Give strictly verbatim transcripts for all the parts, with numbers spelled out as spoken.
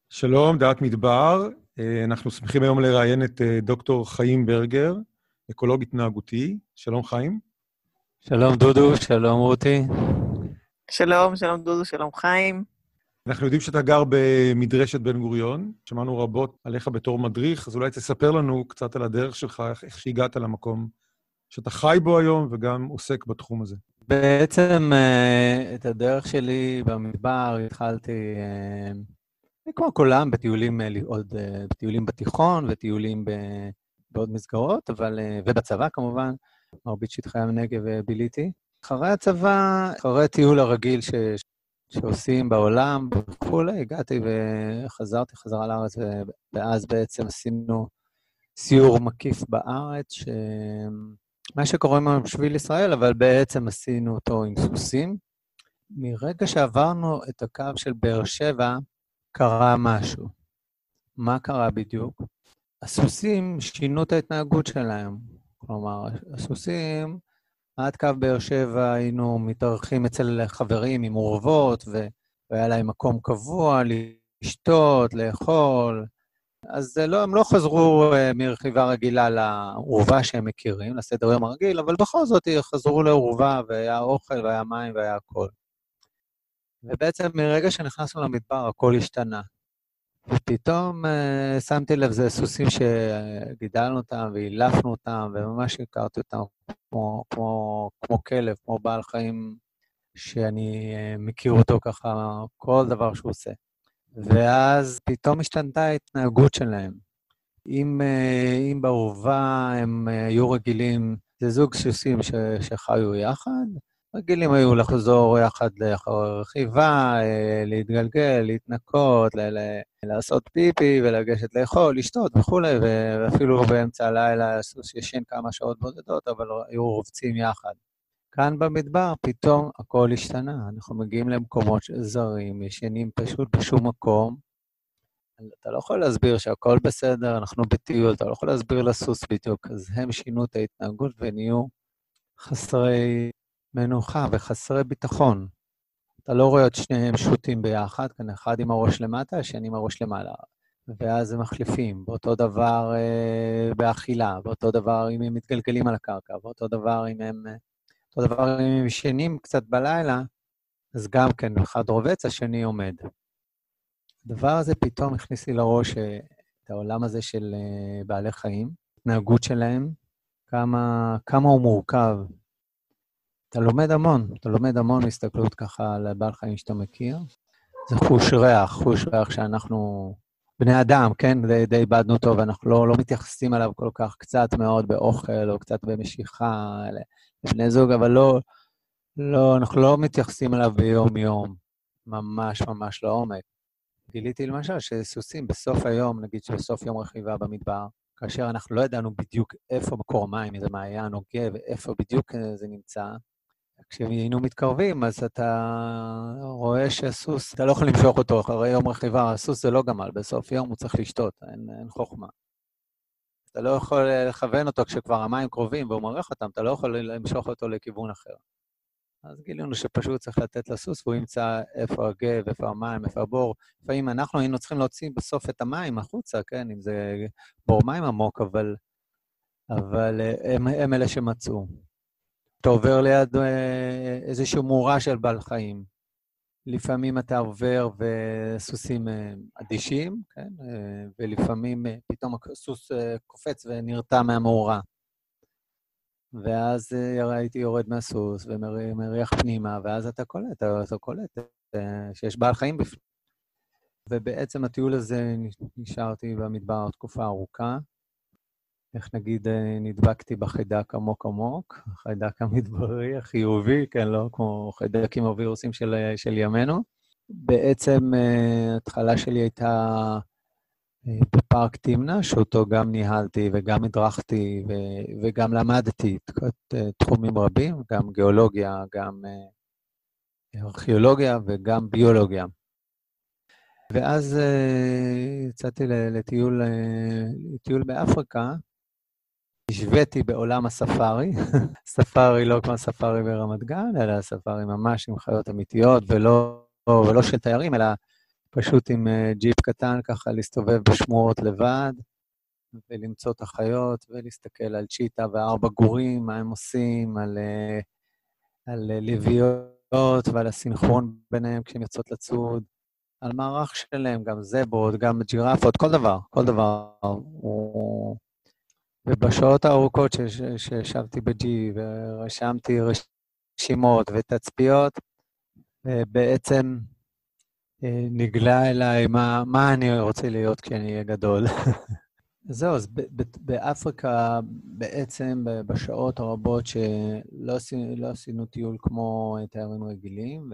שלום, דעת מדבר. אנחנו שמחים היום לראיין את דוקטור חיים ברגר, אקולוג התנהגותי. שלום חיים. שלום דודו, שלום רותי. שלום, שלום דודו, שלום חיים. אנחנו יודעים שאתה גר במדרשת בן גוריון, שמענו רבות עליך בתור מדריך, אז אולי תספר לנו קצת על הדרך שלך, איך שהגעת למקום שאתה חי בו היום וגם עוסק בתחום הזה. בעצם את הדרך שלי במדבר התחלתי, כמו כולם, בטיולים, עוד, בטיולים בתיכון וטיולים בעוד מסגרות, אבל, ובצבא כמובן, מרבית שטחי הנגב ביליתי. אחרי הצבא, אחרי הטיול הרגיל ש, שעושים בעולם וכולי, הגעתי וחזרתי חזרה לארץ, ואז בעצם עשינו סיור מקיף בארץ, ש... מה שקוראים היום שביל ישראל, אבל בעצם עשינו אותו עם סוסים. מרגע שעברנו את הקו של באר שבע, קרה משהו. מה קרה בדיוק? הסוסים שינו את ההתנהגות שלהם. כלומר, הסוסים, עד קו באר שבע היינו מתארחים אצל חברים עם אורוות, והיה להם מקום קבוע, לשתות, לאכול. אז לא, הם לא חזרו uh, מרכיבה רגילה לאורווה שהם מכירים, לסדר יום הרגיל, אבל בכל זאת חזרו לאורווה, והיה אוכל, והיה מים, והיה הכל. ובעצם מרגע שנכנסנו למדבר, הכל השתנה. ופתאום uh, שמתי לב, זה סוסים שגידלנו אותם, והילפנו אותם, וממש הכרתי אותם כמו, כמו, כמו כלב, כמו בעל חיים, שאני uh, מכיר אותו ככה, כל דבר שהוא עושה. ואז פתאום השתנתה ההתנהגות שלהם. אם, אם בעורבה הם היו רגילים, זה זוג סוסים ש, שחיו יחד, רגילים היו לחזור יחד לרכיבה, להתגלגל, להתנקות, ל, ל, לעשות פיפי ולגשת לאכול, לשתות וכו', ואפילו באמצע הלילה הסוס ישן כמה שעות בודדות, אבל היו רובצים יחד. כאן במדבר פתאום הכל השתנה, אנחנו מגיעים למקומות זרים, ישנים פשוט בשום מקום. אתה לא יכול להסביר שהכל בסדר, אנחנו בטיול, אתה לא יכול להסביר לסוס בדיוק, אז הם שינו את ההתנהגות ונהיו חסרי מנוחה וחסרי ביטחון. אתה לא רואה את שניהם שוטים ביחד, כאן אחד עם הראש למטה, השני עם הראש למעלה. ואז הם מחליפים, באותו דבר אה, באכילה, באותו דבר אם הם מתגלגלים על הקרקע, באותו דבר אם הם... אותו דבר, אם הם ישנים קצת בלילה, אז גם כן, אחד רובץ, השני עומד. הדבר הזה פתאום הכניס לי לראש את העולם הזה של בעלי חיים, התנהגות שלהם, כמה, כמה הוא מורכב. אתה לומד המון, אתה לומד המון מהסתכלות ככה על בעל חיים שאתה מכיר. זה חוש ריח, חוש ריח שאנחנו בני אדם, כן? די, די איבדנו אותו, ואנחנו לא, לא מתייחסים עליו כל כך, קצת מאוד באוכל, או קצת במשיכה, לבני זוג, אבל לא, לא, אנחנו לא מתייחסים עליו ביום-יום, ממש ממש לעומק. גיליתי למשל שסוסים בסוף היום, נגיד שבסוף יום רכיבה במדבר, כאשר אנחנו לא ידענו בדיוק איפה מקור מים, איזה מעיין או גב, איפה בדיוק זה נמצא, כשהיינו מתקרבים, אז אתה רואה שהסוס, אתה לא יכול למשוך אותו אחרי יום רכיבה, הסוס זה לא גמל, בסוף יום הוא צריך לשתות, אין, אין חוכמה. אתה לא יכול לכוון אותו כשכבר המים קרובים והוא מרח אותם, אתה לא יכול למשוך אותו לכיוון אחר. אז גילינו שפשוט צריך לתת לסוס, והוא ימצא איפה הגב, איפה המים, איפה הבור. לפעמים אנחנו היינו צריכים להוציא בסוף את המים החוצה, כן, אם זה בור מים עמוק, אבל, אבל הם, הם אלה שמצאו. אתה עובר ליד איזשהו מורה של בעל חיים. לפעמים אתה עובר וסוסים אדישים, כן? ולפעמים פתאום הסוס קופץ ונרתע מהמאורה. ואז הייתי יורד מהסוס ומריח פנימה, ואז אתה קולט, אתה קולט שיש בעל חיים בפנים. ובעצם הטיול הזה נשארתי במדבר תקופה ארוכה. איך נגיד, נדבקתי בחיידק עמוק עמוק, החיידק המדברי, החיובי, כן, לא כמו חיידקים או וירוסים של, של ימינו. בעצם התחלה שלי הייתה בפארק תמנה, שאותו גם ניהלתי וגם הדרכתי ו- וגם למדתי את תחומים רבים, גם גיאולוגיה, גם ארכיאולוגיה וגם ביולוגיה. ואז יצאתי לטיול, לטיול באפריקה, השוויתי בעולם הספארי, ספארי לא כמו ספארי ברמת גן, אלא ספארי ממש עם חיות אמיתיות, ולא, ולא של תיירים, אלא פשוט עם ג'יפ קטן ככה להסתובב בשמורות לבד, ולמצוא את החיות, ולהסתכל על צ'יטה וארבע גורים, מה הם עושים, על, על לוויות ועל הסינכרון ביניהם כשהם יוצאות לצוד, על מערך שלהם, גם זברות, גם ג'ירפות, כל דבר, כל דבר. ובשעות הארוכות שישבתי בג'י ורשמתי רשימות ותצפיות, בעצם נגלה אליי מה, מה אני רוצה להיות כשאני אהיה גדול. זהו, אז באפריקה בעצם בשעות הרבות שלא עשינו, לא עשינו טיול כמו תיירים רגילים,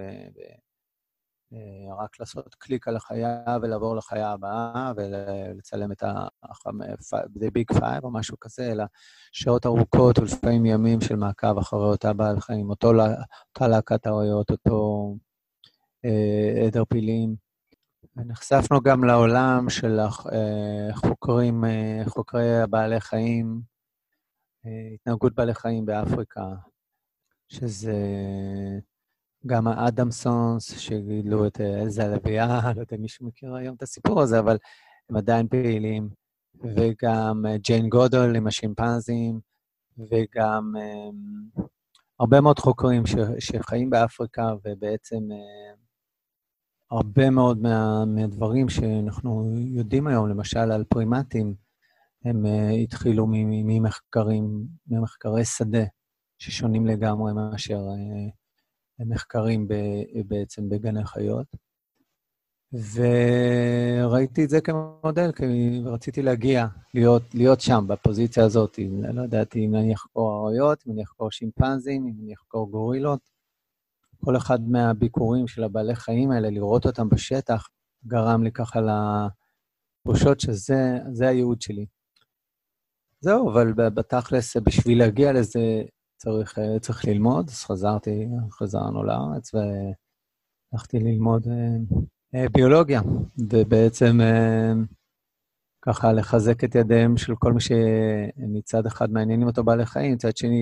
ורק לעשות קליק על החיה ולעבור לחיה הבאה ולצלם את ה-The Big Five או משהו כזה, אלא שעות ארוכות ולפעמים ימים של מעקב אחרי אותה בעל חיים, אותו להקת אריות, אותו עדר פילים. ונחשפנו גם לעולם של חוקרים, חוקרי בעלי חיים, התנהגות בעלי חיים באפריקה, שזה גם האדמסונס, שגידלו את אלזה הלוויה, לא יודע מישהו מכיר היום את הסיפור הזה, אבל הם עדיין פעילים, וגם ג'יין גודל עם השימפנזים, וגם הרבה מאוד חוקרים שחיים באפריקה, ובעצם הרבה מאוד מה, מהדברים שאנחנו יודעים היום, למשל על פרימטים, הם uh, התחילו ממחקרים, ממחקרי שדה, ששונים לגמרי מאשר uh, מחקרים ב, בעצם בגני חיות. וראיתי את זה כמודל, כי רציתי להגיע, להיות, להיות שם, בפוזיציה הזאת. לא ידעתי אם אני אחקור אריות, אם אני אחקור שימפנזים, אם אני אחקור גורילות. כל אחד מהביקורים של הבעלי חיים האלה, לראות אותם בשטח, גרם לי ככה לתחושות שזה זה הייעוד שלי. זהו, אבל בתכלס, בשביל להגיע לזה, צריך, צריך ללמוד, אז חזרתי, חזרנו לארץ, והלכתי ללמוד אה, ביולוגיה, ובעצם אה, ככה לחזק את ידיהם של כל מי שמצד אחד מעניינים אותו בעלי חיים, מצד שני,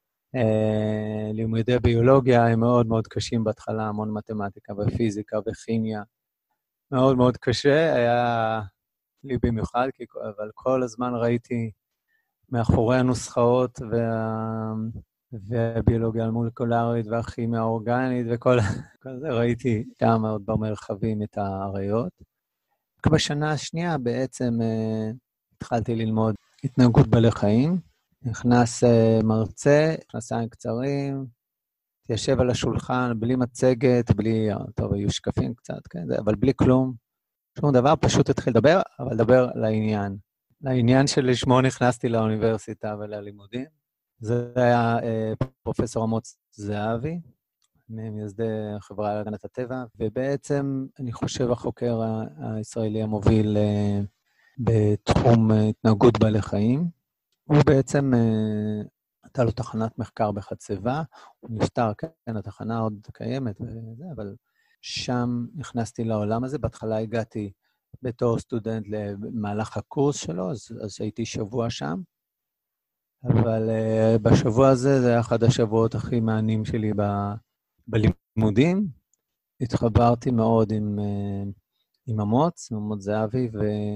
Uh, לימודי ביולוגיה הם מאוד מאוד קשים בהתחלה, המון מתמטיקה ופיזיקה וכימיה. מאוד מאוד קשה, היה לי במיוחד, כי, אבל כל הזמן ראיתי מאחורי הנוסחאות וה, והביולוגיה המולקולרית והכימיה האורגנית וכל כל זה, ראיתי גם מאוד במרחבים את האריות. בשנה השנייה בעצם uh, התחלתי ללמוד התנהגות בעלי חיים, נכנס uh, מרצה, נכנסיים קצרים, תיישב על השולחן, בלי מצגת, בלי, טוב, היו שקפים קצת, כן, אבל בלי כלום, שום דבר, פשוט התחיל לדבר, אבל לדבר לעניין. לעניין שלשמו נכנסתי לאוניברסיטה וללימודים. זה היה uh, פרופסור אמוץ זהבי, ממייסדי החברה להגנת הטבע, ובעצם אני חושב החוקר הישראלי המוביל uh, בתחום התנהגות בעלי חיים, הוא בעצם, הייתה לו תחנת מחקר בחצבה, הוא נפטר, כן, התחנה עוד קיימת, וזה, אבל שם נכנסתי לעולם הזה, בהתחלה הגעתי בתור סטודנט למהלך הקורס שלו, אז, אז הייתי שבוע שם, אבל uh, בשבוע הזה, זה היה אחד השבועות הכי מעניינים שלי ב, בלימודים, התחברתי מאוד עם, uh, עם אמוץ, עם אמוץ זהבי,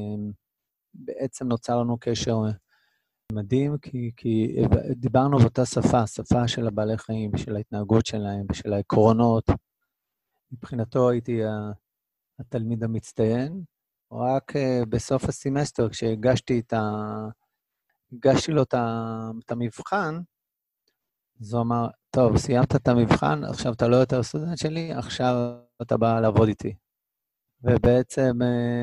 ובעצם נוצר לנו קשר מדהים, כי, כי דיברנו באותה שפה, שפה של הבעלי חיים, של ההתנהגות שלהם, של העקרונות. מבחינתו הייתי התלמיד המצטיין, רק בסוף הסמסטר, כשהגשתי את ה... הגשתי לו את, ה... את המבחן, אז הוא אמר, טוב, סיימת את המבחן, עכשיו אתה לא יותר סטודנט שלי, עכשיו אתה בא לעבוד איתי. ובעצם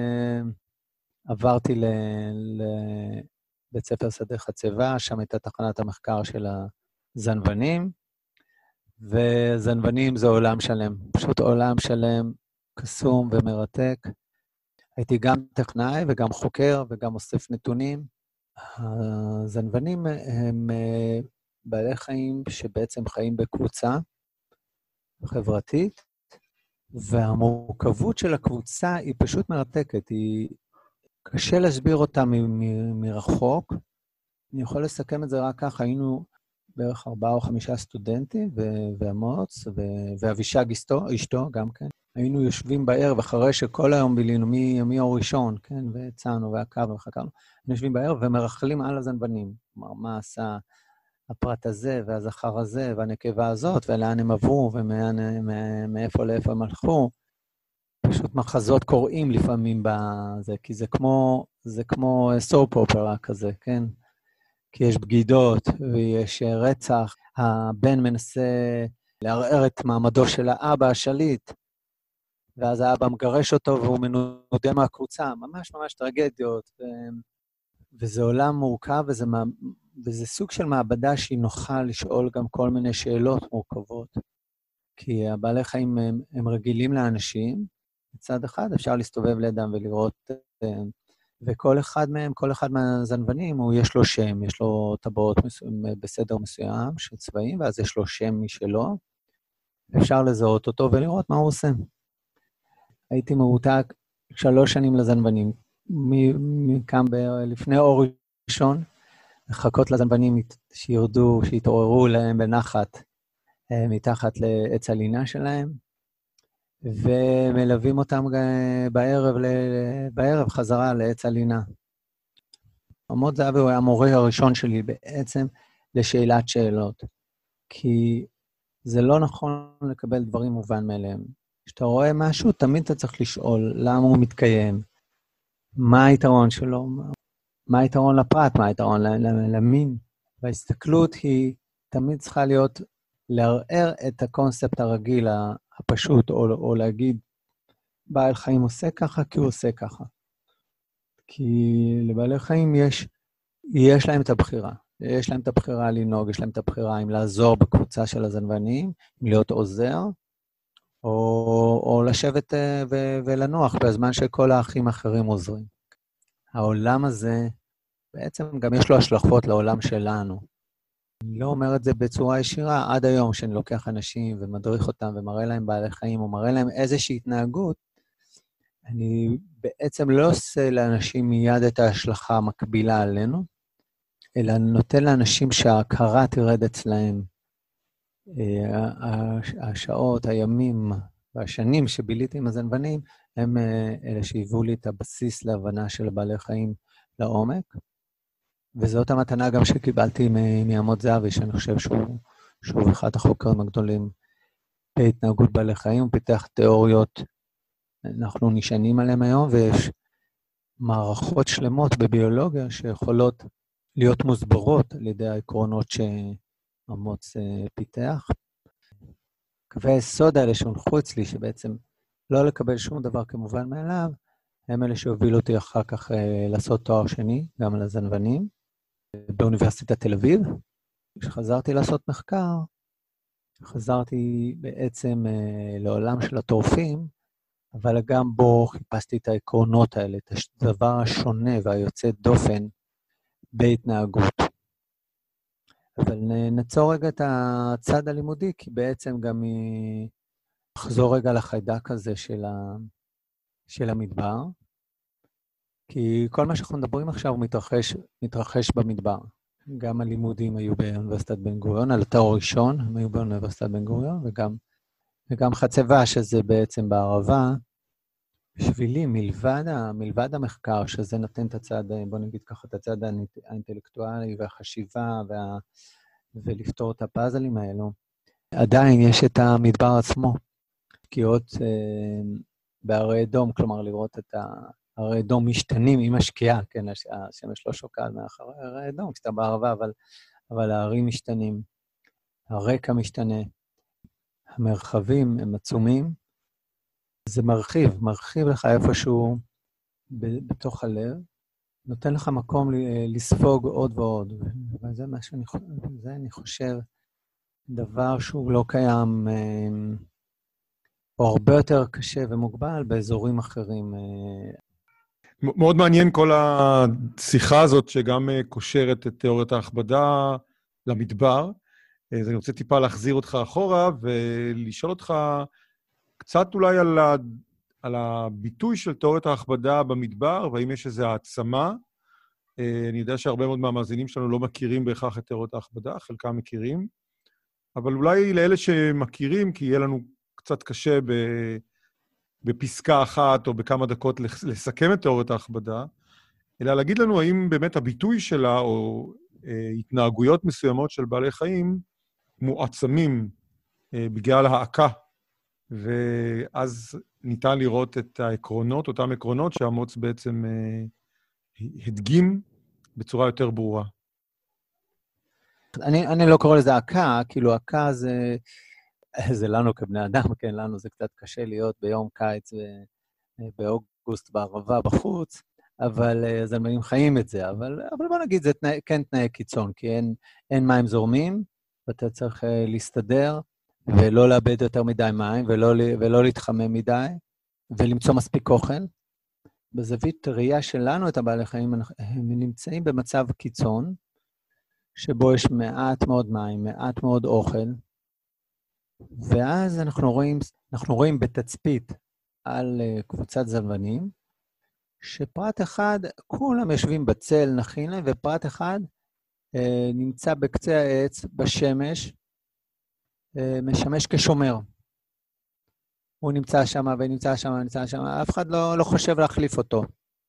עברתי ל... ל... בית ספר שדה חצבה, שם הייתה תחנת המחקר של הזנבנים, וזנבנים זה עולם שלם, פשוט עולם שלם, קסום ומרתק. הייתי גם טכנאי וגם חוקר וגם אוסף נתונים. הזנבנים הם בעלי חיים שבעצם חיים בקבוצה חברתית, והמורכבות של הקבוצה היא פשוט מרתקת, היא קשה להסביר אותה מ- מ- מרחוק. אני יכול לסכם את זה רק ככה, היינו בערך ארבעה או חמישה סטודנטים, ו- ואמוץ, ו- ואבישג אשתו, אשתו גם כן. היינו יושבים בערב, אחרי שכל היום בילינו, מיום ראשון, כן, והצענו והקרנו וחקרנו, היינו יושבים בערב ומרחלים על הזנבנים. כלומר, מה עשה הפרט הזה והזכר הזה והנקבה הזאת, ולאן הם עברו ומאיפה לאיפה הם הלכו. פשוט מחזות קוראים לפעמים בזה, כי זה כמו, זה כמו סופ אופרה כזה, כן? כי יש בגידות ויש רצח, הבן מנסה לערער את מעמדו של האבא השליט, ואז האבא מגרש אותו והוא מנודה מהקבוצה, ממש ממש טרגדיות, ו... וזה עולם מורכב, וזה, מה... וזה סוג של מעבדה שהיא נוחה לשאול גם כל מיני שאלות מורכבות, כי הבעלי חיים הם, הם רגילים לאנשים, מצד אחד אפשר להסתובב לידם ולראות, וכל אחד מהם, כל אחד מהזנבנים, הוא יש לו שם, יש לו טבעות מסוים, בסדר מסוים של צבעים, ואז יש לו שם משלו, אפשר לזהות אותו ולראות מה הוא עושה. הייתי מעותק שלוש שנים לזנבנים, מכאן לפני אור ראשון, לחכות לזנבנים שירדו, שיתעוררו להם בנחת, מתחת לעץ הלינה שלהם, ומלווים אותם בערב, בערב חזרה לעץ הלינה. עמוד זהבי הוא היה המורה הראשון שלי בעצם לשאלת שאלות, כי זה לא נכון לקבל דברים מובן מאליהם. כשאתה רואה משהו, תמיד אתה צריך לשאול למה הוא מתקיים, מה היתרון שלו, מה היתרון לפרט, מה היתרון למין. וההסתכלות היא תמיד צריכה להיות לערער את הקונספט הרגיל, הפשוט, או, או להגיד, בעל חיים עושה ככה כי הוא עושה ככה. כי לבעלי חיים יש, יש להם את הבחירה. יש להם את הבחירה לנהוג, יש להם את הבחירה אם לעזור בקבוצה של הזנבנים, אם להיות עוזר, או, או לשבת ו, ולנוח בזמן שכל האחים האחרים עוזרים. העולם הזה, בעצם גם יש לו השלכות לעולם שלנו. אני לא אומר את זה בצורה ישירה, עד היום שאני לוקח אנשים ומדריך אותם ומראה להם בעלי חיים, או מראה להם איזושהי התנהגות, אני בעצם לא עושה לאנשים מיד את ההשלכה המקבילה עלינו, אלא נותן לאנשים שההכרה תרד אצלהם. השעות, הימים והשנים שביליתי עם הזנבנים, הם אלה שהיוו לי את הבסיס להבנה של בעלי חיים לעומק, וזאת המתנה גם שקיבלתי מעמוד זהבי, שאני חושב שהוא, שהוא אחד החוקרים הגדולים בהתנהגות בעלי חיים, הוא פיתח תיאוריות, אנחנו נשענים עליהם היום, ויש מערכות שלמות בביולוגיה שיכולות להיות מוסברות על ידי העקרונות שעמוץ פיתח. קווי היסוד האלה שהונחו אצלי, שבעצם לא לקבל שום דבר כמובן מאליו, הם אלה שהובילו אותי אחר כך לעשות תואר שני, גם על הזנבנים, באוניברסיטת תל אביב. כשחזרתי לעשות מחקר, חזרתי בעצם לעולם של הטורפים, אבל גם בו חיפשתי את העקרונות האלה, את הדבר השונה והיוצא דופן בהתנהגות. אבל נעצור רגע את הצד הלימודי, כי בעצם גם נחזור רגע לחיידק הזה של, ה... של המדבר, כי כל מה שאנחנו מדברים עכשיו הוא מתרחש, מתרחש במדבר. גם הלימודים היו באוניברסיטת בן גוריון, על התואר הראשון הם היו באוניברסיטת בן גוריון, וגם, וגם חצבה, שזה בעצם בערבה, בשבילי, מלבד, מלבד המחקר, שזה נותן את הצד, בוא נגיד ככה, את הצד האינטלקטואלי והחשיבה, וה, ולפתור את הפאזלים האלו, עדיין יש את המדבר עצמו, פגיעות אה, בהרי אדום, כלומר לראות את הרי אדום משתנים עם השקיעה, כן, השמש לא שוקעת מאחורי הרי אדום, כשאתה בערבה, אבל, אבל הערים משתנים, הרקע משתנה, המרחבים הם עצומים, זה מרחיב, מרחיב לך איפשהו בתוך הלב, נותן לך מקום לספוג עוד ועוד, וזה מה שאני חושב, זה אני חושב, דבר שהוא לא קיים, או הרבה יותר קשה ומוגבל באזורים אחרים. מאוד מעניין כל השיחה הזאת, שגם קושרת את תיאוריית ההכבדה למדבר. אז אני רוצה טיפה להחזיר אותך אחורה, ולשאול אותך קצת אולי על, ה... על הביטוי של תיאוריית ההכבדה במדבר, והאם יש איזו העצמה. אני יודע שהרבה מאוד מהמאזינים שלנו לא מכירים בהכרח את תיאוריית ההכבדה, חלקם מכירים, אבל אולי לאלה שמכירים, כי יהיה לנו קצת קשה בפסקה אחת או בכמה דקות לסכם את תיאוריית ההכבדה, אלא להגיד לנו האם באמת הביטוי שלה או אה, התנהגויות מסוימות של בעלי חיים מועצמים אה, בגלל העקה, ואז ניתן לראות את העקרונות, אותם עקרונות שהמוץ בעצם אה, הדגים בצורה יותר ברורה. אני, אני לא קורא לזה עקה, כאילו עקה זה, זה לנו כבני אדם, כן, לנו זה קצת קשה להיות ביום קיץ ובאוגוסט בערבה בחוץ, אבל זלמנים חיים את זה, אבל, אבל בוא נגיד, זה תנאי, כן תנאי קיצון, כי אין, אין מים זורמים, ואתה צריך להסתדר, ולא לאבד יותר מדי מים, ולא, ולא להתחמם מדי, ולמצוא מספיק אוכל. בזווית ראייה שלנו את הבעלי חיים, הם נמצאים במצב קיצון, שבו יש מעט מאוד מים, מעט מאוד אוכל, ואז אנחנו רואים, אנחנו רואים בתצפית על קבוצת זלמנים, שפרט אחד, כולם יושבים בצל, נכין להם, ופרט אחד אה, נמצא בקצה העץ, בשמש, אה, משמש כשומר. הוא נמצא שם, ונמצא שם, ונמצא שם, אף אחד לא, לא חושב להחליף אותו.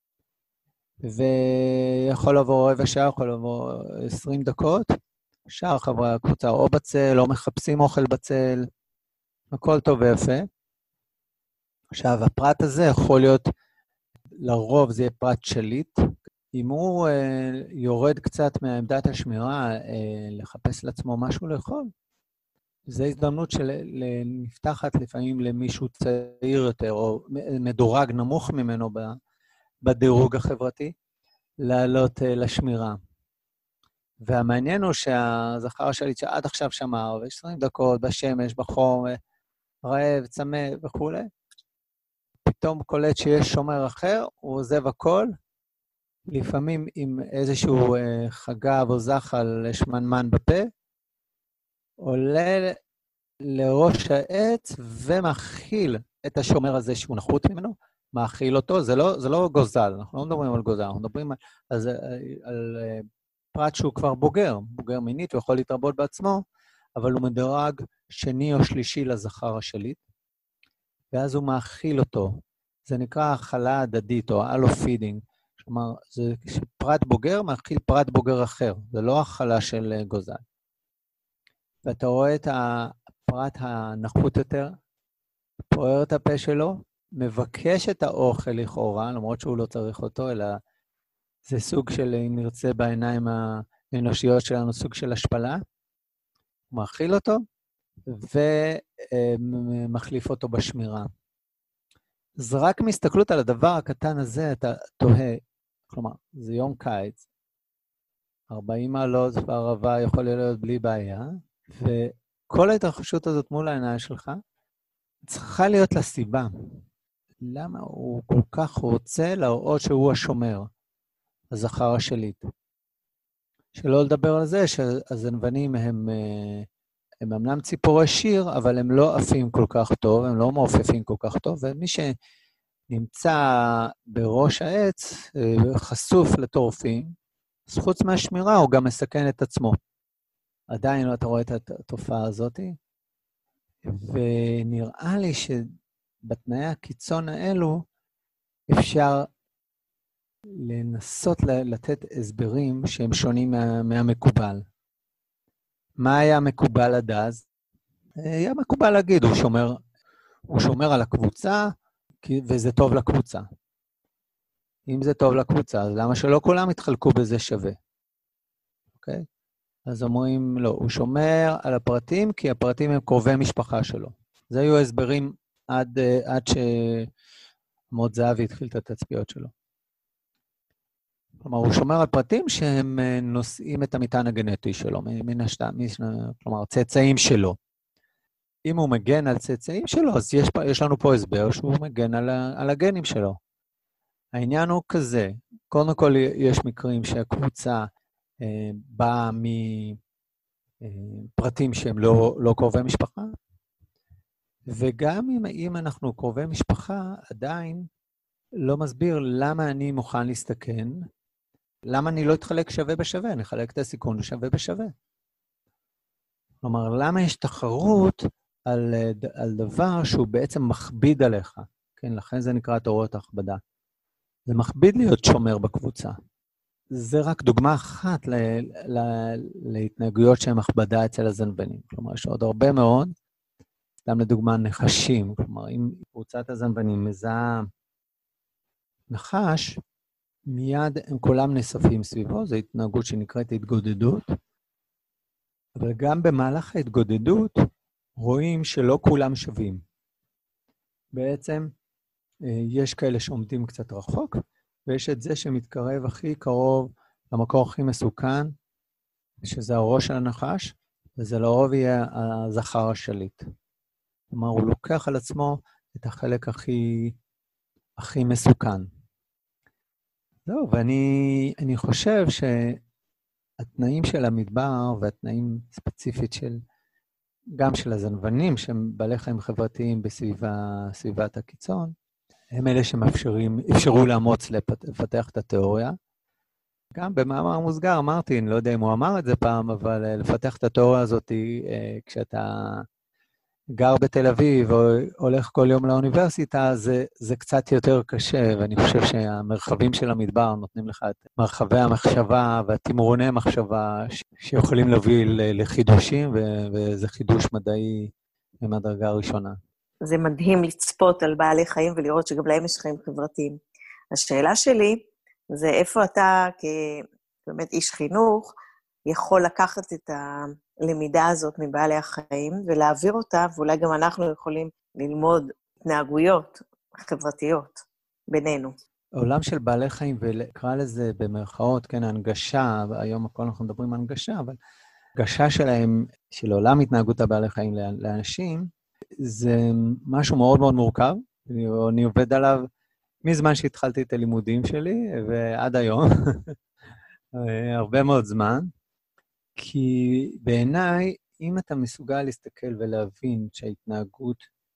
ויכול לבוא רבע שעה, יכול לבוא עשרים דקות, שאר חברי הקבוצה או בצל, או מחפשים אוכל בצל, הכל טוב ויפה. עכשיו, הפרט הזה יכול להיות, לרוב זה יהיה פרט שליט, אם הוא אה, יורד קצת מעמדת השמירה, אה, לחפש לעצמו משהו לאכול, זו הזדמנות שנפתחת לפעמים למישהו צעיר יותר, או מדורג נמוך ממנו בדירוג החברתי, לעלות אה, לשמירה. והמעניין הוא שהזכר השליט שעד עכשיו שמר, ב-עשרים דקות, בשמש, בחום, רעב, צמא וכו', פתאום קולט שיש שומר אחר, הוא עוזב הכל, לפעמים עם איזשהו אה, חגב או זחל שמנמן בפה, עולה לראש העץ ומאכיל את השומר הזה שהוא נחות ממנו, מאכיל אותו, זה לא, זה לא גוזל, אנחנו לא מדברים על גוזל, אנחנו מדברים על, על, על, על פרט שהוא כבר בוגר, בוגר מינית, ויכול להתרבות בעצמו, אבל הוא מדרג שני או שלישי לזכר השליט, ואז הוא מאכיל אותו. זה נקרא האכלה הדדית, או אלו-פידינג. כלומר, זה פרט בוגר מאכיל פרט בוגר אחר. זה לא האכלה של גוזל. ואתה רואה את הפרט הנחות יותר, פוער את הפה שלו, מבקש את האוכל לכאורה, למרות שהוא לא צריך אותו, אלא זה סוג של, אם נרצה בעיניים האנושיות שלנו, סוג של השפלה. הוא מאכיל אותו, ומחליף אותו בשמירה. אז רק מהסתכלות על הדבר הקטן הזה, אתה תוהה, כלומר, זה יום קיץ, ארבעים מעלות בערבה יכול להיות בלי בעיה, וכל ההתרחשות הזאת מול העיניים שלך, צריכה להיות לה סיבה. למה הוא כל כך רוצה להראות שהוא השומר, הזכר השליט? שלא לדבר על זה שהזנבנים הם... הם אמנם ציפורי שיר, אבל הם לא עפים כל כך טוב, הם לא מעופפים כל כך טוב, ומי שנמצא בראש העץ, חשוף לטורפים, אז חוץ מהשמירה הוא גם מסכן את עצמו. עדיין לא אתה רואה את התופעה הזאת, ונראה לי שבתנאי הקיצון האלו, אפשר לנסות לתת הסברים שהם שונים מה, מהמקובל. מה היה מקובל עד אז? היה מקובל להגיד, הוא שומר, הוא שומר על הקבוצה, וזה טוב לקבוצה. אם זה טוב לקבוצה, אז למה שלא כולם יתחלקו בזה שווה? אוקיי? אז אומרים, לא, הוא שומר על הפרטים, כי הפרטים הם קרובי משפחה שלו. זה היו הסברים עד, עד שמות זהבי התחיל את התצפיות שלו. כלומר, הוא שומר על פרטים שהם נושאים את המטען הגנטי שלו, מן השתה, כלומר, צאצאים שלו. אם הוא מגן על צאצאים שלו, אז יש, יש לנו פה הסבר שהוא מגן על, על הגנים שלו. העניין הוא כזה, קודם כל יש מקרים שהקבוצה אה, באה מפרטים שהם לא, לא קרובי משפחה, וגם אם, אם אנחנו קרובי משפחה, עדיין לא מסביר למה אני מוכן להסתכן, למה אני לא אתחלק שווה בשווה, אני אחלק את הסיכון שווה בשווה. כלומר, למה יש תחרות על, על דבר שהוא בעצם מכביד עליך, כן, לכן זה נקרא תיאוריות ההכבדה. זה מכביד להיות שומר בקבוצה. זה רק דוגמה אחת ל- ל- להתנהגויות שהן הכבדה אצל הזנבנים. כלומר, יש עוד הרבה מאוד, סתם לדוגמה נחשים. כלומר, אם קבוצת הזנבנים מזהה נחש, מיד הם כולם נאספים סביבו, זו התנהגות שנקראת התגודדות, אבל גם במהלך ההתגודדות רואים שלא כולם שווים. בעצם יש כאלה שעומדים קצת רחוק, ויש את זה שמתקרב הכי קרוב למקור הכי מסוכן, שזה הראש של הנחש, וזה לרוב יהיה הזכר השליט. כלומר, הוא לוקח על עצמו את החלק הכי, הכי מסוכן. זהו, ואני אני חושב שהתנאים של המדבר, והתנאים ספציפית של, גם של הזנבנים, שהם בעלי חיים חברתיים בסביבה, סביבת הקיצון, הם אלה שמאפשרים, אפשרו לאמוץ לפתח את התיאוריה. גם במאמר מוסגר אמרתי, אני לא יודע אם הוא אמר את זה פעם, אבל לפתח את התיאוריה הזאת, כשאתה גר בתל אביב, או הולך כל יום לאוניברסיטה, זה, זה קצת יותר קשה, ואני חושב שהמרחבים של המדבר נותנים לך את מרחבי המחשבה והתמרוני המחשבה, שיכולים להוביל לחידושים, וזה חידוש מדעי ממדרגה ראשונה. זה מדהים לצפות על בעלי חיים ולראות שגם להם יש חיים חברתיים. השאלה שלי זה איפה אתה, כבאמת איש חינוך, יכול לקחת את הלמידה הזאת מבעלי החיים ולהעביר אותה, ואולי גם אנחנו יכולים ללמוד התנהגויות חברתיות בינינו. העולם של בעלי חיים, ולקרא לזה במרכאות, כן, הנגשה, היום הכל אנחנו מדברים על הנגשה, אבל הנגשה שלהם, של עולם התנהגות הבעלי חיים לאנשים, זה משהו מאוד מאוד מורכב, אני, אני עובד עליו מזמן שהתחלתי את הלימודים שלי, ועד היום, הרבה מאוד זמן, כי בעיניי, אם אתה מסוגל להסתכל ולהבין שההתנהגות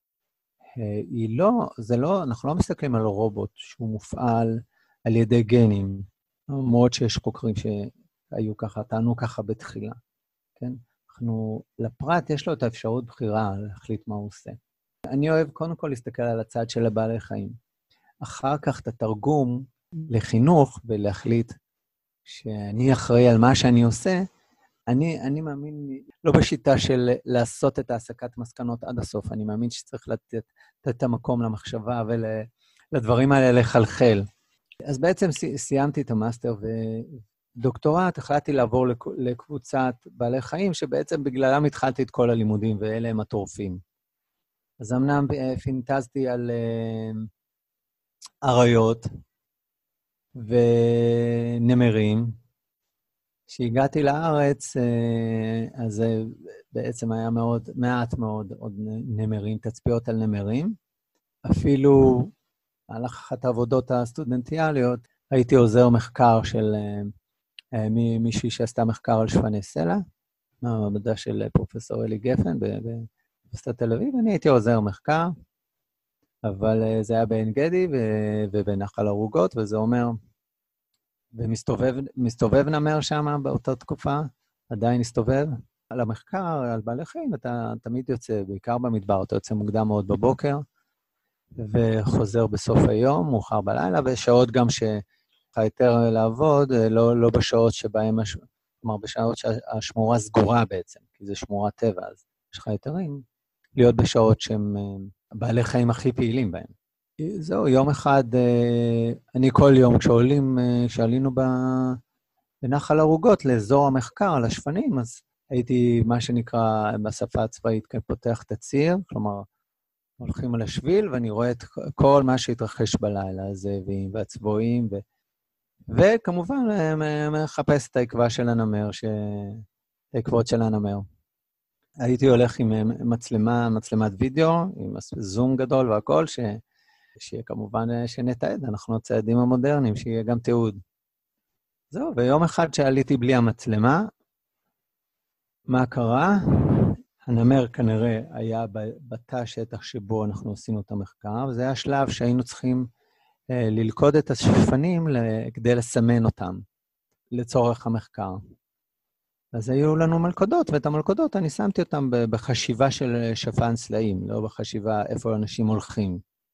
היא לא, זה לא, אנחנו לא מסתכלים על רובוט שהוא מופעל על ידי גנים, למרות שיש חוקרים שהיו ככה, טענו ככה בתחילה, כן? אנחנו, לפרט יש לו את האפשרות בחירה להחליט מה הוא עושה. אני אוהב קודם כל להסתכל על הצד של הבעלי חיים. אחר כך את התרגום לחינוך ולהחליט שאני אחראי על מה שאני עושה, אני, אני מאמין, לא בשיטה של לעשות את העסקת מסקנות עד הסוף, אני מאמין שצריך לתת, לתת את המקום למחשבה ולדברים האלה לחלחל. אז בעצם סיימתי את המאסטר ודוקטורט, החלטתי לעבור לקבוצת בעלי חיים, שבעצם בגללם התחלתי את כל הלימודים, ואלה הם הטורפים. אז אמנם פינטזתי על אריות ונמרים, כשהגעתי לארץ, אז זה בעצם היה מאוד, מעט מאוד עוד נמרים, תצפיות על נמרים. אפילו על אחת העבודות הסטודנטיאליות, הייתי עוזר מחקר של מישהי שעשתה מחקר על שפני סלע, מהמעבדה של פרופסור אלי גפן באוניברסיטת תל אביב, אני הייתי עוזר מחקר, אבל זה היה בעין גדי ובנחל ערוגות, וזה אומר, ומסתובב מסתובב נמר שם באותה תקופה, עדיין מסתובב. על המחקר, על בעלי חיים, אתה תמיד יוצא, בעיקר במדבר, אתה יוצא מוקדם מאוד בבוקר, וחוזר בסוף היום, מאוחר בלילה, ושעות גם שצריך יותר לעבוד, לא, לא בשעות שבהם, כלומר, בשעות שהשמורה סגורה בעצם, כי זה שמורת טבע, אז יש לך יתרים, להיות בשעות שהם בעלי חיים הכי פעילים בהם. זהו, יום אחד, אני כל יום, כשעולים, כשעלינו בנחל ערוגות לאזור המחקר, לשפנים, אז הייתי, מה שנקרא, בשפה הצבאית, פותח את הציר, כלומר, הולכים על השביל, ואני רואה את כל מה שהתרחש בלילה, הזאבים והצבועים, ו... וכמובן, מחפש את העקבה של הנמר, ש... את העקבות של הנמר. הייתי הולך עם מצלמה, מצלמת וידאו, עם זום גדול והכל, ש... שיהיה כמובן שנתעד, אנחנו הצעדים המודרניים, שיהיה גם תיעוד. זהו, ויום אחד שעליתי בלי המצלמה, מה קרה? הנמר כנראה היה בתא שטח שבו אנחנו עשינו את המחקר, וזה היה שלב שהיינו צריכים אה, ללכוד את השפנים כדי לסמן אותם לצורך המחקר. אז היו לנו מלכודות, ואת המלכודות אני שמתי אותם בחשיבה של שפן סלעים, לא בחשיבה איפה אנשים הולכים.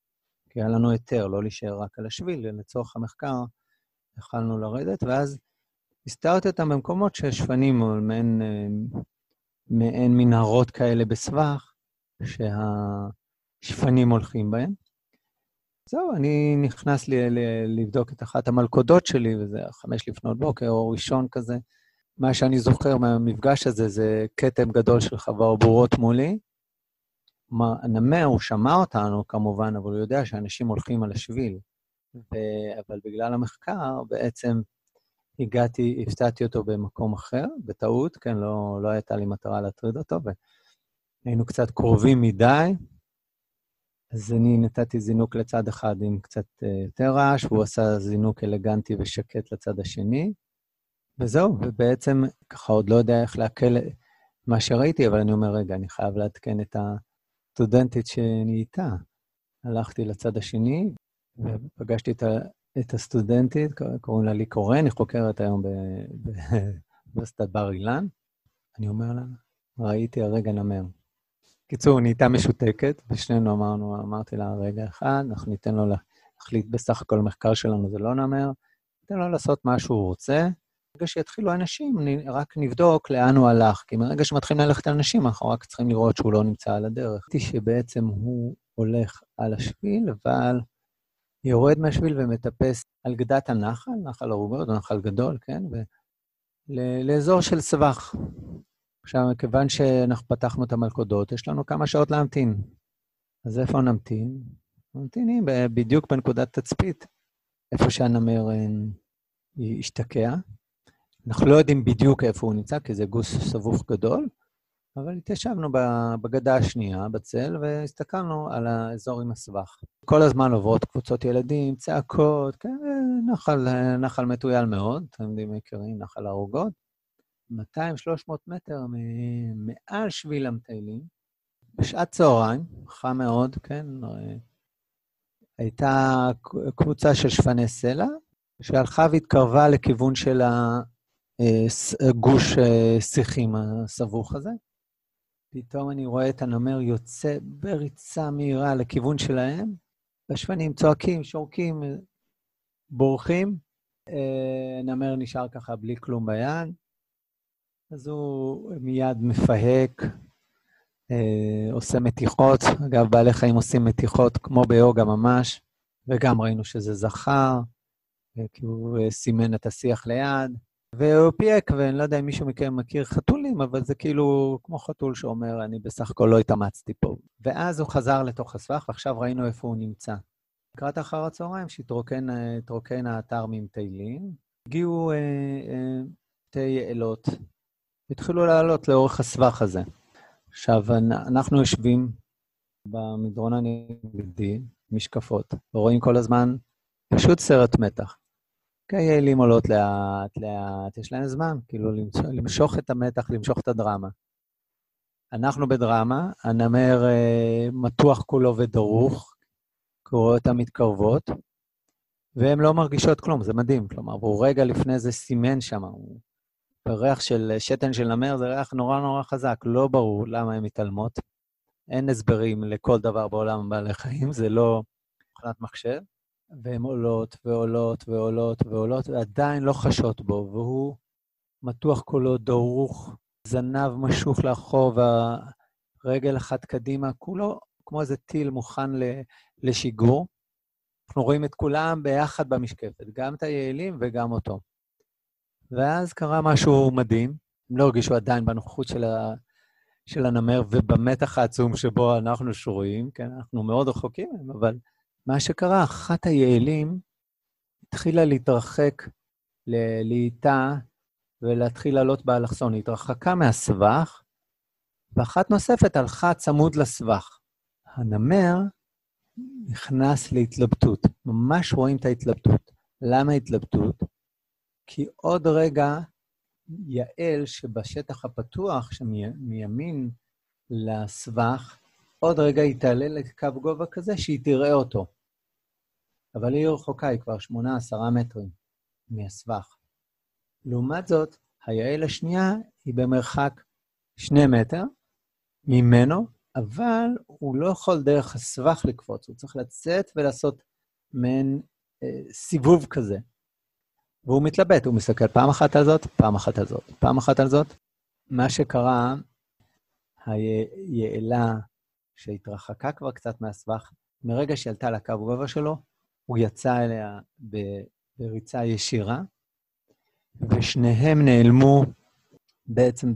כי היה לנו היתר לא להישאר רק על השביל, לצורך המחקר יכלנו לרדת, ואז הסתרתי אותם במקומות שהשפנים, או מעין, מעין מנהרות כאלה בסבך, שהשפנים הולכים בהם. זהו, אני נכנס לי, ל- לבדוק את אחת המלכודות שלי, וזה חמש לפנות בוקר, או ראשון כזה. מה שאני זוכר מהמפגש הזה, זה כתם גדול של חווה בורות מולי. הנמר, הוא שמע אותנו כמובן, אבל הוא יודע שאנשים הולכים על השביל. ו... אבל בגלל המחקר, בעצם הגעתי, הפתעתי אותו במקום אחר, בטעות, כן, לא, לא הייתה לי מטרה להטריד אותו, והיינו קצת קרובים מדי, אז אני נתתי זינוק לצד אחד עם קצת יותר רעש, והוא עשה זינוק אלגנטי ושקט לצד השני, וזהו, ובעצם ככה עוד לא יודע איך להקל מה שראיתי, אבל אני אומר, רגע, אני חייב להתקן את הסטודנטית שאני איתה. הלכתי לצד השני, ופגשתי את, ה, את הסטודנטית, קוראים לה לי קורן, היא חוקרת היום באוניברסיטת בר אילן. אני אומר לה, ראיתי הרגע נמר. קיצור, נהייתה משותקת, ושנינו אמרנו, אמרתי לה, רגע אחד, אנחנו ניתן לו להחליט בסך הכל המחקר שלנו, זה לא נמר, ניתן לו לעשות מה שהוא רוצה. ברגע שיתחילו אנשים, רק נבדוק לאן הוא הלך, כי מרגע שמתחילים ללכת אנשים, אנחנו רק צריכים לראות שהוא לא נמצא על הדרך. שבעצם הוא הולך על השביל, אבל יורד מהשביל ומטפס על גדת הנחל, נחל ארוגות, נחל גדול, כן? ולאזור של סבך. עכשיו, כיוון שאנחנו פתחנו את המלכודות, יש לנו כמה שעות להמתין. אז איפה נמתין? נמתינים בדיוק בנקודת תצפית, איפה שהנמר ישתקע. אנחנו לא יודעים בדיוק איפה הוא נמצא, כי זה גוס סבוך גדול, אבל התיישבנו בגדה השנייה, בצל, והסתכלנו על האזור עם הסבך. כל הזמן עוברות קבוצות ילדים, צעקות, כן, נחל, נחל מטויל מאוד, אתם יודעים מכירים, נחל ארוגות. מאתיים שלוש מאות מטר מעל שביל המטיילים, בשעת צהריים, חם מאוד, כן, הייתה קבוצה של שפני סלע, שהלכה והתקרבה לכיוון של הגוש שיחים הסבוך הזה. פתאום אני רואה את הנמר יוצא בריצה מהירה לכיוון שלהם, והשפנים צועקים, שורקים, בורחים, נמר נשאר ככה בלי כלום ביד, אז הוא מיד מפהק, עושה מתיחות, אגב בעלי חיים עושים מתיחות כמו ביוגה ממש, וגם ראינו שזה זכר, כי הוא סימן את השיח ליד, והוא פייק, ואני לא יודע אם מישהו מכם מכיר חתולים, אבל זה כאילו כמו חתול שאומר, אני בסך הכל לא התאמצתי פה. ואז הוא חזר לתוך הסבך, ועכשיו ראינו איפה הוא נמצא. לקראת אחר הצהריים, שהתרוקן האתר ממטיילים, הגיעו אה, אה, שתי יעלות, התחילו לעלות לאורך הסבך הזה. עכשיו, אנחנו יושבים במדרון הנגדי, משקפות, ורואים כל הזמן פשוט סרט מתח. כי היעלים עולות לאט, לאט, יש להם זמן, כאילו למשוך, למשוך את המתח, למשוך את הדרמה. אנחנו בדרמה, הנמר אה, מתוח כולו ודרוך, קורא אותם מתקרבות, והן לא מרגישות כלום, זה מדהים, כלומר, הוא רגע לפני זה סימן שם, הוא... הריח של שתן של נמר זה ריח נורא נורא חזק, לא ברור למה הן מתעלמות. אין הסברים לכל דבר בעולם בעלי חיים, זה לא מבחינת מחשב. והן עולות ועולות ועולות ועולות, ועדיין לא חשות בו, והוא מתוח כולו דרוך, זנב משוך לאחור, והרגל אחת קדימה, כולו כמו איזה טיל מוכן לשיגור. אנחנו רואים את כולם ביחד במשקפת, גם את היעלים וגם אותו. ואז קרה משהו מדהים, הם לא הרגישו עדיין בנוכחות של, ה... של הנמר, ובמתח העצום שבו אנחנו שרויים, כן, אנחנו מאוד רחוקים, אבל מה שקרה, אחת היעלים התחילה להתרחק לאיטה, ולהתחיל לעלות באלכסון, היא התרחקה מהסבך, ואחת נוספת הלכה צמוד לסבך. הנמר נכנס להתלבטות, ממש רואים את ההתלבטות. למה התלבטות? כי עוד רגע, יעל שבשטח הפתוח, שמימין לסבך, עוד רגע היא תעלה לקו גובה כזה שהיא תראה אותו. אבל היא רחוקה, היא כבר שמונה עשרה מטרים מהסבך. לעומת זאת, היעל השנייה היא במרחק שני מטר ממנו, אבל הוא לא יכול דרך הסבך לקפוץ, הוא צריך לצאת ולעשות מעין אה, סיבוב כזה. והוא מתלבט, הוא מסתכל פעם אחת על זאת, פעם אחת על זאת, פעם אחת על זאת. מה שקרה, היעלה שהתרחקה כבר קצת מהסבך, מרגע שעלתה לקו גובה שלו, הוא יצא אליה בריצה ישירה, ושניהם נעלמו בעצם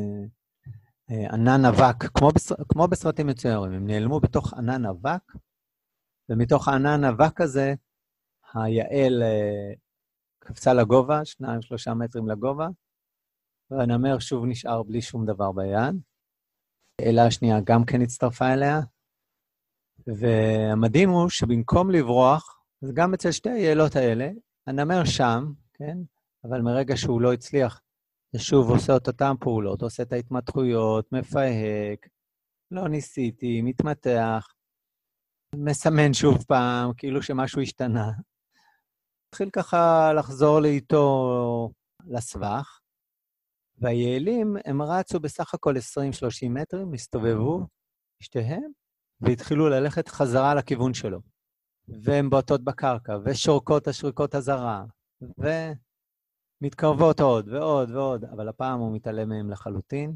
בענן אבק, כמו, בסר... כמו בסרטים מצוירים, הם נעלמו בתוך ענן אבק, ומתוך הענן אבק הזה, היעל קפצה לגובה, שניים, שלושה מטרים לגובה, והנמר שוב נשאר בלי שום דבר ביד. היעלה השנייה גם כן הצטרפה אליה, והמדהים הוא שבמקום לברוח, אז גם אצל שתי היעלות האלה, הנמר שם, כן? אבל מרגע שהוא לא הצליח, שוב עושה את אותם פעולות, עושה את ההתמתחויות, מפהק, לא ניסיתי, מתמתח, מסמן שוב פעם, כאילו שמשהו השתנה. התחיל ככה לחזור לאיתו לסבך, והיעלים הם רצו בסך הכל עשרים שלושים מטרים, הסתובבו, שתיהם, והתחילו ללכת חזרה לכיוון שלו. והן בועטות בקרקע, ושורקות השריקות הזרה, ומתקרבות עוד ועוד ועוד, אבל הפעם הוא מתעלם מהם לחלוטין.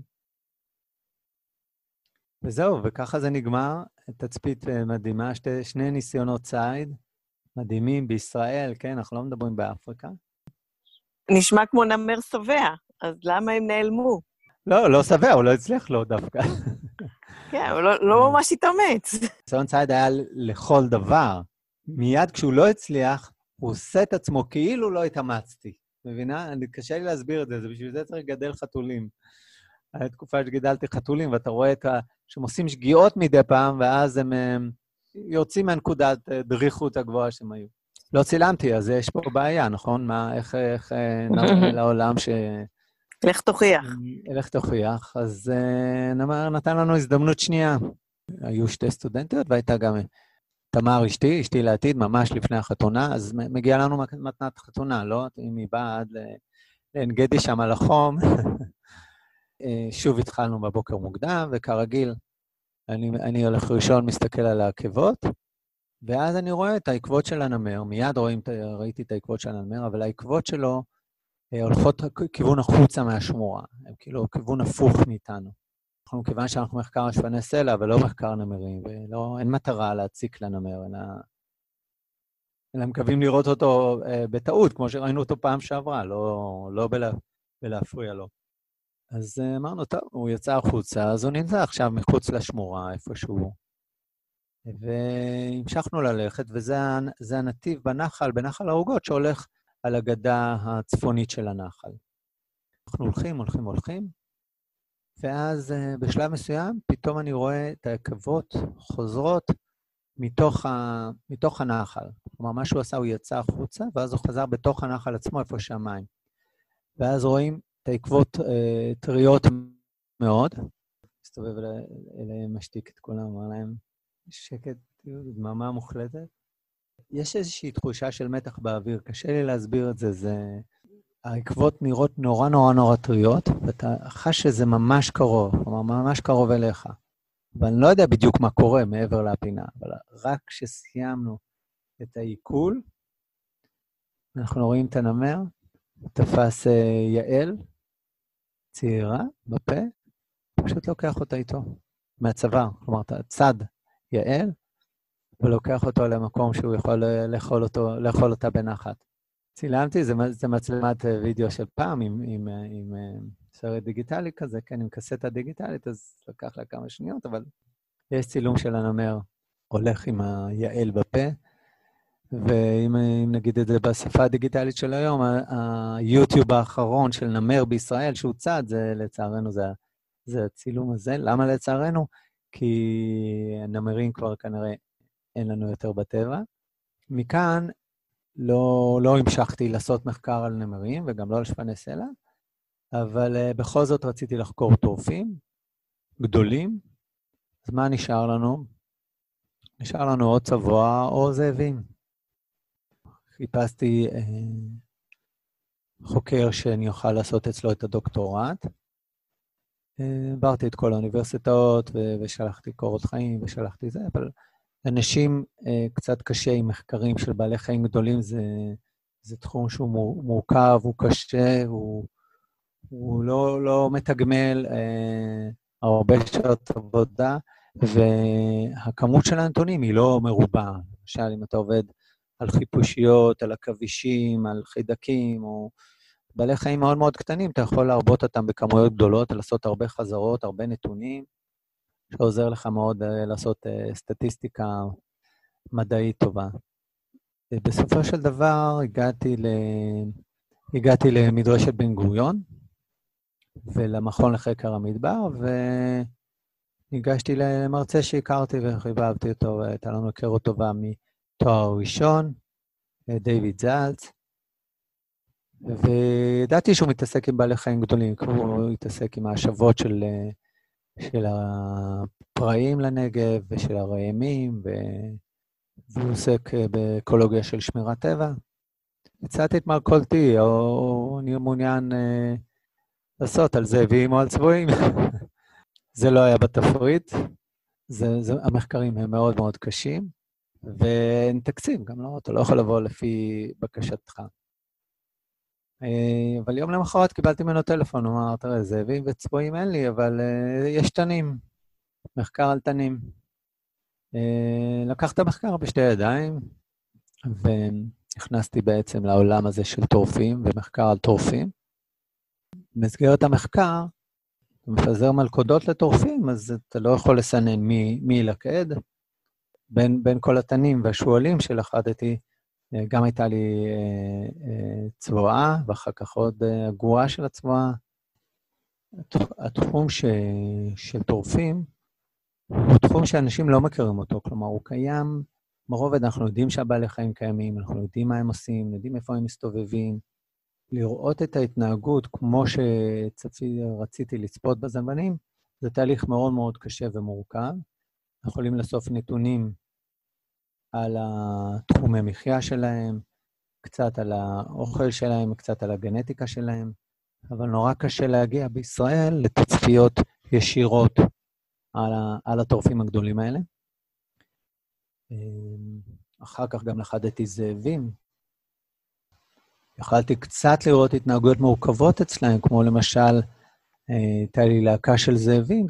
וזהו, וככה זה נגמר, תצפית מדהימה, שתי, שני ניסיונות ציד, מדהימים בישראל, כן, אנחנו לא מדברים באפריקה. נשמע כמו נמר שבע, אז למה הם נעלמו? לא, לא שבע, הוא לא הצליח לו דווקא. כן, הוא לא, לא ממש התאמץ. ניסיון ציד היה לכל דבר. מיד כשהוא לא הצליח, הוא עושה את עצמו כאילו לא התאמצתי. מבינה? אני, קשה לי להסביר את זה, זה בשביל זה צריך לגדל חתולים. היה תקופה שגידלתי חתולים, ואתה רואה את ה... שהם עושים שגיאות מדי פעם, ואז הם, הם יוצאים מהנקודת דריכות הגבוהה שהם היו. לא צילמתי, אז יש פה בעיה, נכון? מה, איך, איך נראה לעולם ש... לך תוכיח. לך תוכיח. אז נאמר, נתן לנו הזדמנות שנייה. היו שתי סטודנטיות, והייתה גם תמר אשתי, אשתי לעתיד, ממש לפני החתונה, אז מגיעה לנו מתנת חתונה, לא? אם היא באה עד לאנגדי שם על החום. שוב התחלנו בבוקר מוקדם, וכרגיל, אני, אני הולך ראשון, מסתכל על העקבות, ואז אני רואה את העקבות של הנמר, מיד רואים, ראיתי את העקבות של הנמר, אבל העקבות שלו הולכות כיוון החוצה מהשמורה, הם כאילו כיוון הפוך מאיתנו. אנחנו כיוון שאנחנו מחקר שפני סלע, ולא מחקר נמרים, ואין מטרה להציק לנמר, אלא, אלא מקווים לראות אותו אה, בטעות, כמו שראינו אותו פעם שעברה, לא, לא בלה, בלהפריע לו. אז אה, אמרנו, טוב, הוא יצא החוצה, אז הוא נמצא עכשיו מחוץ לשמורה, איפשהו. והמשכנו ללכת, וזה זה הנתיב בנחל, בנחל העוגות, שהולך על הגדה הצפונית של הנחל. אנחנו הולכים, הולכים, הולכים, ואז בשלב מסוים, פתאום אני רואה את העקבות חוזרות מתוך, ה... מתוך הנחל. כלומר, מה שהוא עשה, הוא יצא החוצה, ואז הוא חזר בתוך הנחל עצמו, איפה שהמים. ואז רואים את העקבות אה, טריות מאוד. מסתובב אליהם, משתיק את כולם, אמר להם, שקט, דממה מוחלטת. יש איזושהי תחושה של מתח באוויר, קשה לי להסביר את זה, זה... העקבות נראות נורא נורא נורא טריות, ואתה חש שזה ממש קרוב, כלומר, ממש קרוב אליך. אבל אני לא יודע בדיוק מה קורה מעבר לפינה, אבל רק כשסיימנו את העיכול, אנחנו רואים את הנמר, תפס יעל, צעירה, בפה, פשוט לוקח אותה איתו, מהצוואר, כלומר, אתה צד יעל, ולוקח אותו למקום שהוא יכול לאכול, אותו, לאכול אותה בנחת. צילמתי, זה, זה מצלמת וידאו של פעם עם, עם, עם, עם סרט דיגיטלי כזה, כן, עם קסטה דיגיטלית, אז לקח לה כמה שניות, אבל יש צילום של הנמר הולך עם היעל בפה, ואם נגיד את זה בשפה הדיגיטלית של היום, היוטיוב האחרון של נמר בישראל שהוא צד, זה לצערנו זה, זה הצילום הזה. למה לצערנו? כי הנמרים כבר כנראה אין לנו יותר בטבע. מכאן לא, לא המשכתי לעשות מחקר על נמרים, וגם לא על שפני סלע, אבל uh, בכל זאת רציתי לחקור טורפים גדולים. אז מה נשאר לנו? נשאר לנו או צבוע או זאבים. חיפשתי uh, חוקר שאני אוכל לעשות אצלו את הדוקטורט, עברתי את כל האוניברסיטאות, ו- ושלחתי קורות חיים, ושלחתי זה, אבל אנשים קצת קשה עם מחקרים של בעלי חיים גדולים, זה, זה תחום שהוא מור, מורכב, הוא קשה, הוא, הוא לא, לא מתגמל אה, הרבה שעות עבודה, והכמות של הנתונים היא לא מרובה. למשל, אם אתה עובד על חיפושיות, על עכבישים, על חידקים, או בעלי חיים מאוד מאוד קטנים, אתה יכול להרבות אותם בכמויות גדולות, לעשות הרבה חזרות, הרבה נתונים, שעוזר לך מאוד uh, לעשות uh, סטטיסטיקה מדעית טובה. בסופו של דבר הגעתי, ל... הגעתי למדרשת בן גוריון, ולמכון לחקר המדבר, וניגשתי למרצה שהכרתי וחיבבתי אותו, והייתה לנו היכרות טובה מתואר ראשון, דיוויד זלץ, וידעתי שהוא מתעסק עם בעלי חיים גדולים, כמו הוא התעסק עם ההשבות של, של הפראים לנגב ושל הרעמים, ו... והוא עוסק באקולוגיה של שמירת טבע. הצעתי את מרכולתי, או אני מעוניין אה, לעשות על זאבים או על צבועים. זה לא היה בתפריט, זה, זה, המחקרים הם מאוד מאוד קשים, ואין תקציב, גם לא, אתה לא יכול לבוא לפי בקשתך. אבל יום למחרת קיבלתי ממנו טלפון, הוא אמר, תראה, זאבים וצבועים אין לי, אבל uh, יש תנים, מחקר על תנים. Uh, לקח את המחקר בשתי ידיים, והכנסתי בעצם לעולם הזה של טורפים, ומחקר על טורפים. במסגרת המחקר, אתה מפזר מלכודות לטורפים, אז אתה לא יכול לסנן מי, מי ילכד. בין, בין כל התנים והשואלים שלחדתי, גם הייתה לי אה, אה, צבועה, ואחר כך עוד אה, הגרועה של הצבועה. התחום ש, של טורפים, הוא תחום שאנשים לא מכירים אותו, כלומר, הוא קיים, ברובד אנחנו יודעים שהבעלי חיים קיימים, אנחנו יודעים מה הם עושים, יודעים איפה הם מסתובבים, לראות את ההתנהגות כמו שרציתי לצפות בזנבנים, זה תהליך מאוד מאוד קשה ומורכב. אנחנו יכולים לאסוף נתונים על התחומי מחיה שלהם, קצת על האוכל שלהם, קצת על הגנטיקה שלהם, אבל נורא קשה להגיע בישראל לתצפיות ישירות על, ה, על הטורפים הגדולים האלה. אחר כך גם לחדתי זאבים. יכלתי קצת לראות התנהגויות מורכבות אצלהם, כמו למשל, הייתה לי להקה של זאבים,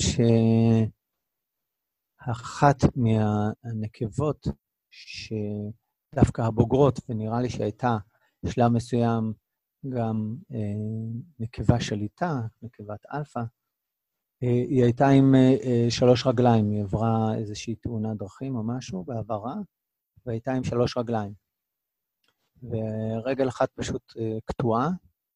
שאחת מהנקבות, שדווקא הבוגרות, ונראה לי שהייתה בשלב מסוים גם אה, נקבה שליטה, נקבת אלפא, אה, היא הייתה עם אה, שלוש רגליים, היא עברה איזושהי תאונת דרכים או משהו בעברה, והייתה עם שלוש רגליים. ורגל אחת פשוט אה, קטועה,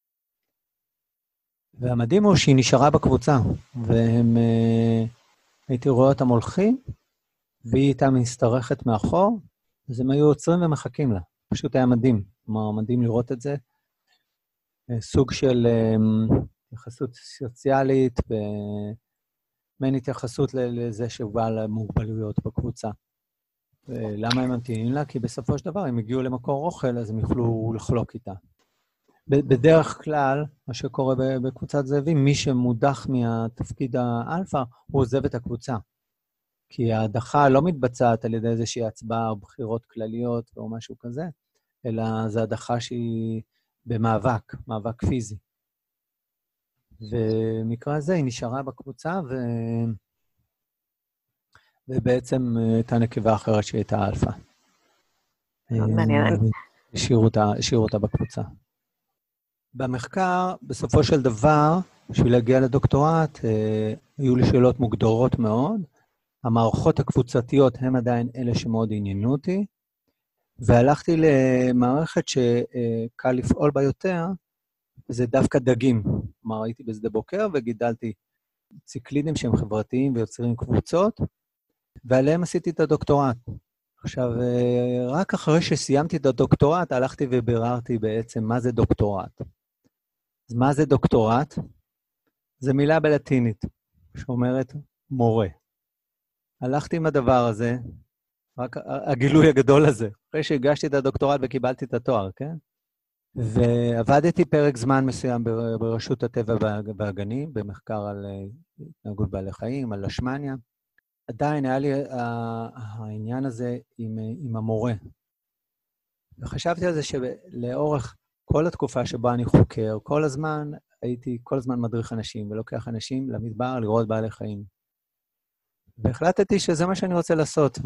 והמדהים הוא שהיא נשארה בקבוצה, והם, אה, הייתי רואה אותם הולכים, והיא הייתה מסתרכת מאחור, אז הם היו עוצרים ומחכים לה. פשוט היה מדהים. כלומר, מדהים לראות את זה. סוג של התייחסות סוציאלית, ומין התייחסות לזה שבא למוגבלויות בקבוצה. למה הם ממתינים לה? כי בסופו של דבר, הם הגיעו למקור אוכל, אז הם יוכלו לחלוק איתה. בדרך כלל, מה שקורה בקבוצת זאבים, מי שמודח מהתפקיד האלפא, הוא עוזב את הקבוצה. כי ההדחה לא מתבצעת על ידי איזושהי הצבעה או בחירות כלליות או משהו כזה, אלא זו הדחה שהיא במאבק, מאבק פיזי. ומקרה הזה היא נשארה בקבוצה, ו... ובעצם הייתה נקבה אחרת שהייתה אלפא. מעניין. השאירו אותה, השאירו אותה בקבוצה. במחקר, בסופו של דבר, בשביל להגיע לדוקטורט, היו לי שאלות מוגדרות מאוד, המערכות הקבוצתיות הן עדיין אלה שמאוד עניינו אותי, והלכתי למערכת שקל לפעול בה יותר, וזה דווקא דגים. כלומר, הייתי בשדה בוקר וגידלתי ציקלידים שהם חברתיים ויוצרים קבוצות, ועליהם עשיתי את הדוקטורט. עכשיו, רק אחרי שסיימתי את הדוקטורט, הלכתי וביררתי בעצם מה זה דוקטורט. אז מה זה דוקטורט? זה מילה בלטינית, שאומרת מורה. הלכתי עם הדבר הזה, רק הגילוי הגדול הזה, אחרי שהגשתי את הדוקטורט וקיבלתי את התואר, כן? ועבדתי פרק זמן מסוים ברשות הטבע והגנים, במחקר על התנהגות בעלי חיים, על לשמניה. עדיין היה לי העניין הזה עם, עם המורה. וחשבתי על זה שלאורך כל התקופה שבה אני חוקר, כל הזמן הייתי כל הזמן מדריך אנשים, ולוקח אנשים למדבר לראות בעלי חיים. והחלטתי שזה מה שאני רוצה לעשות,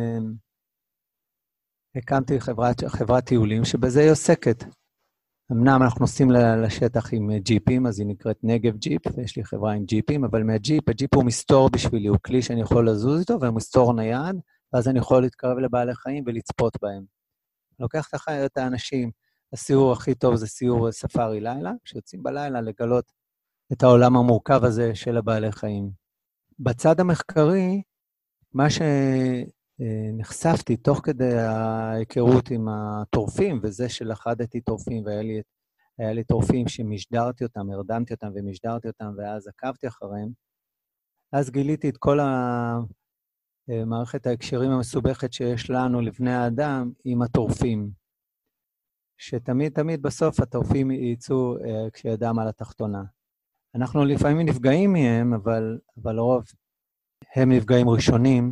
והקמתי חברת, חברת טיולים שבזה היא עוסקת. אמנם אנחנו נוסעים לשטח עם ג'יפים, אז היא נקראת נגב ג'יפ, ויש לי חברה עם ג'יפים, אבל מהג'יפ, הג'יפ הוא מסתור בשבילי, הוא כלי שאני יכול לזוז איתו, והוא מסתור נייד, ואז אני יכול להתקרב לבעלי חיים ולצפות בהם. לוקח את האנשים, הסיור הכי טוב זה סיור ספארי לילה, שיוצאים בלילה לגלות את העולם המורכב הזה של הבעלי חיים. בצד המחקרי, מה שנחשפתי תוך כדי ההיכרות עם הטורפים, וזה שלחדתי טורפים, והיה לי, היה לי טורפים שמשדרתי אותם, הרדמתי אותם ומשדרתי אותם, ואז עקבתי אחריהם, אז גיליתי את כל המערכת ההקשרים המסובכת שיש לנו לבני האדם עם הטורפים, שתמיד תמיד בסוף הטורפים ייצאו כשידם על התחתונה. אנחנו לפעמים נפגעים מהם, אבל, אבל לרוב הם נפגעים ראשונים.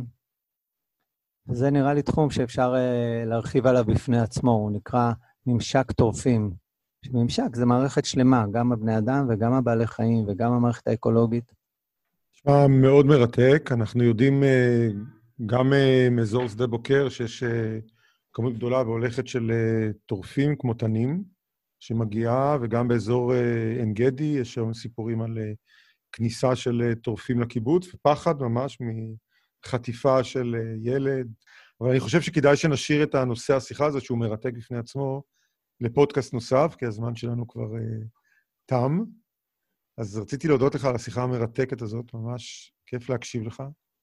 וזה נראה לי תחום שאפשר uh, להרחיב עליו בפני עצמו, הוא נקרא ממשק טורפים. ממשק זה מערכת שלמה, גם הבני אדם וגם הבעלי חיים וגם המערכת האקולוגית. נשמע מאוד מרתק, אנחנו יודעים uh, גם uh, מאזור שדה בוקר שיש uh, כמות גדולה והולכת של uh, טורפים כמו תנים, שמגיעה, וגם באזור uh, עין גדי יש היום סיפורים על uh, כניסה של uh, טורפים לקיבוץ, ופחד ממש מחטיפה של uh, ילד. אבל אני חושב שכדאי שנשאיר את הנושא השיחה הזה, שהוא מרתק בפני עצמו, לפודקאסט נוסף, כי הזמן שלנו כבר uh, תם. אז רציתי להודות לך על השיחה המרתקת הזאת, ממש כיף להקשיב לך.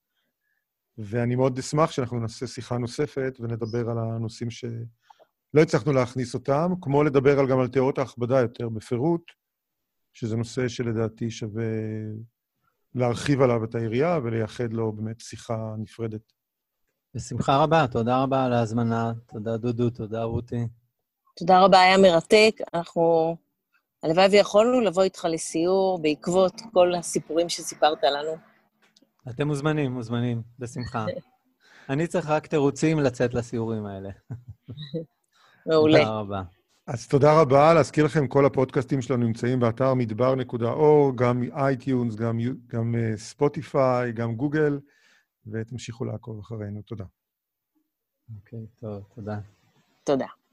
ואני מאוד אשמח שאנחנו נעשה שיחה נוספת, ונדבר על הנושאים ש... לא הצלחנו להכניס אותם, כמו לדבר על, גם על תיאוריות ההכבדה יותר בפירוט, שזה נושא שלדעתי שווה להרחיב עליו את העירייה, ולייחד לו באמת שיחה נפרדת. בשמחה רבה, תודה רבה על ההזמנה, תודה דודו, תודה רותי. תודה רבה, היה מרתק. אנחנו, הלוואי ויכולנו לבוא איתך לסיור בעקבות כל הסיפורים שסיפרת לנו. אתם מוזמנים, מוזמנים, בשמחה. אני צריך רק תירוצים לצאת לסיורים האלה. מעולה. תודה רבה. אז תודה רבה, להזכיר לכם, כל הפודקאסטים שלנו נמצאים באתר מדבר נקודה אורג, גם אייטיונס, גם, גם ספוטיפיי, גם גוגל, ותמשיכו לעקוב אחרינו. תודה. אוקיי, טוב, תודה. תודה.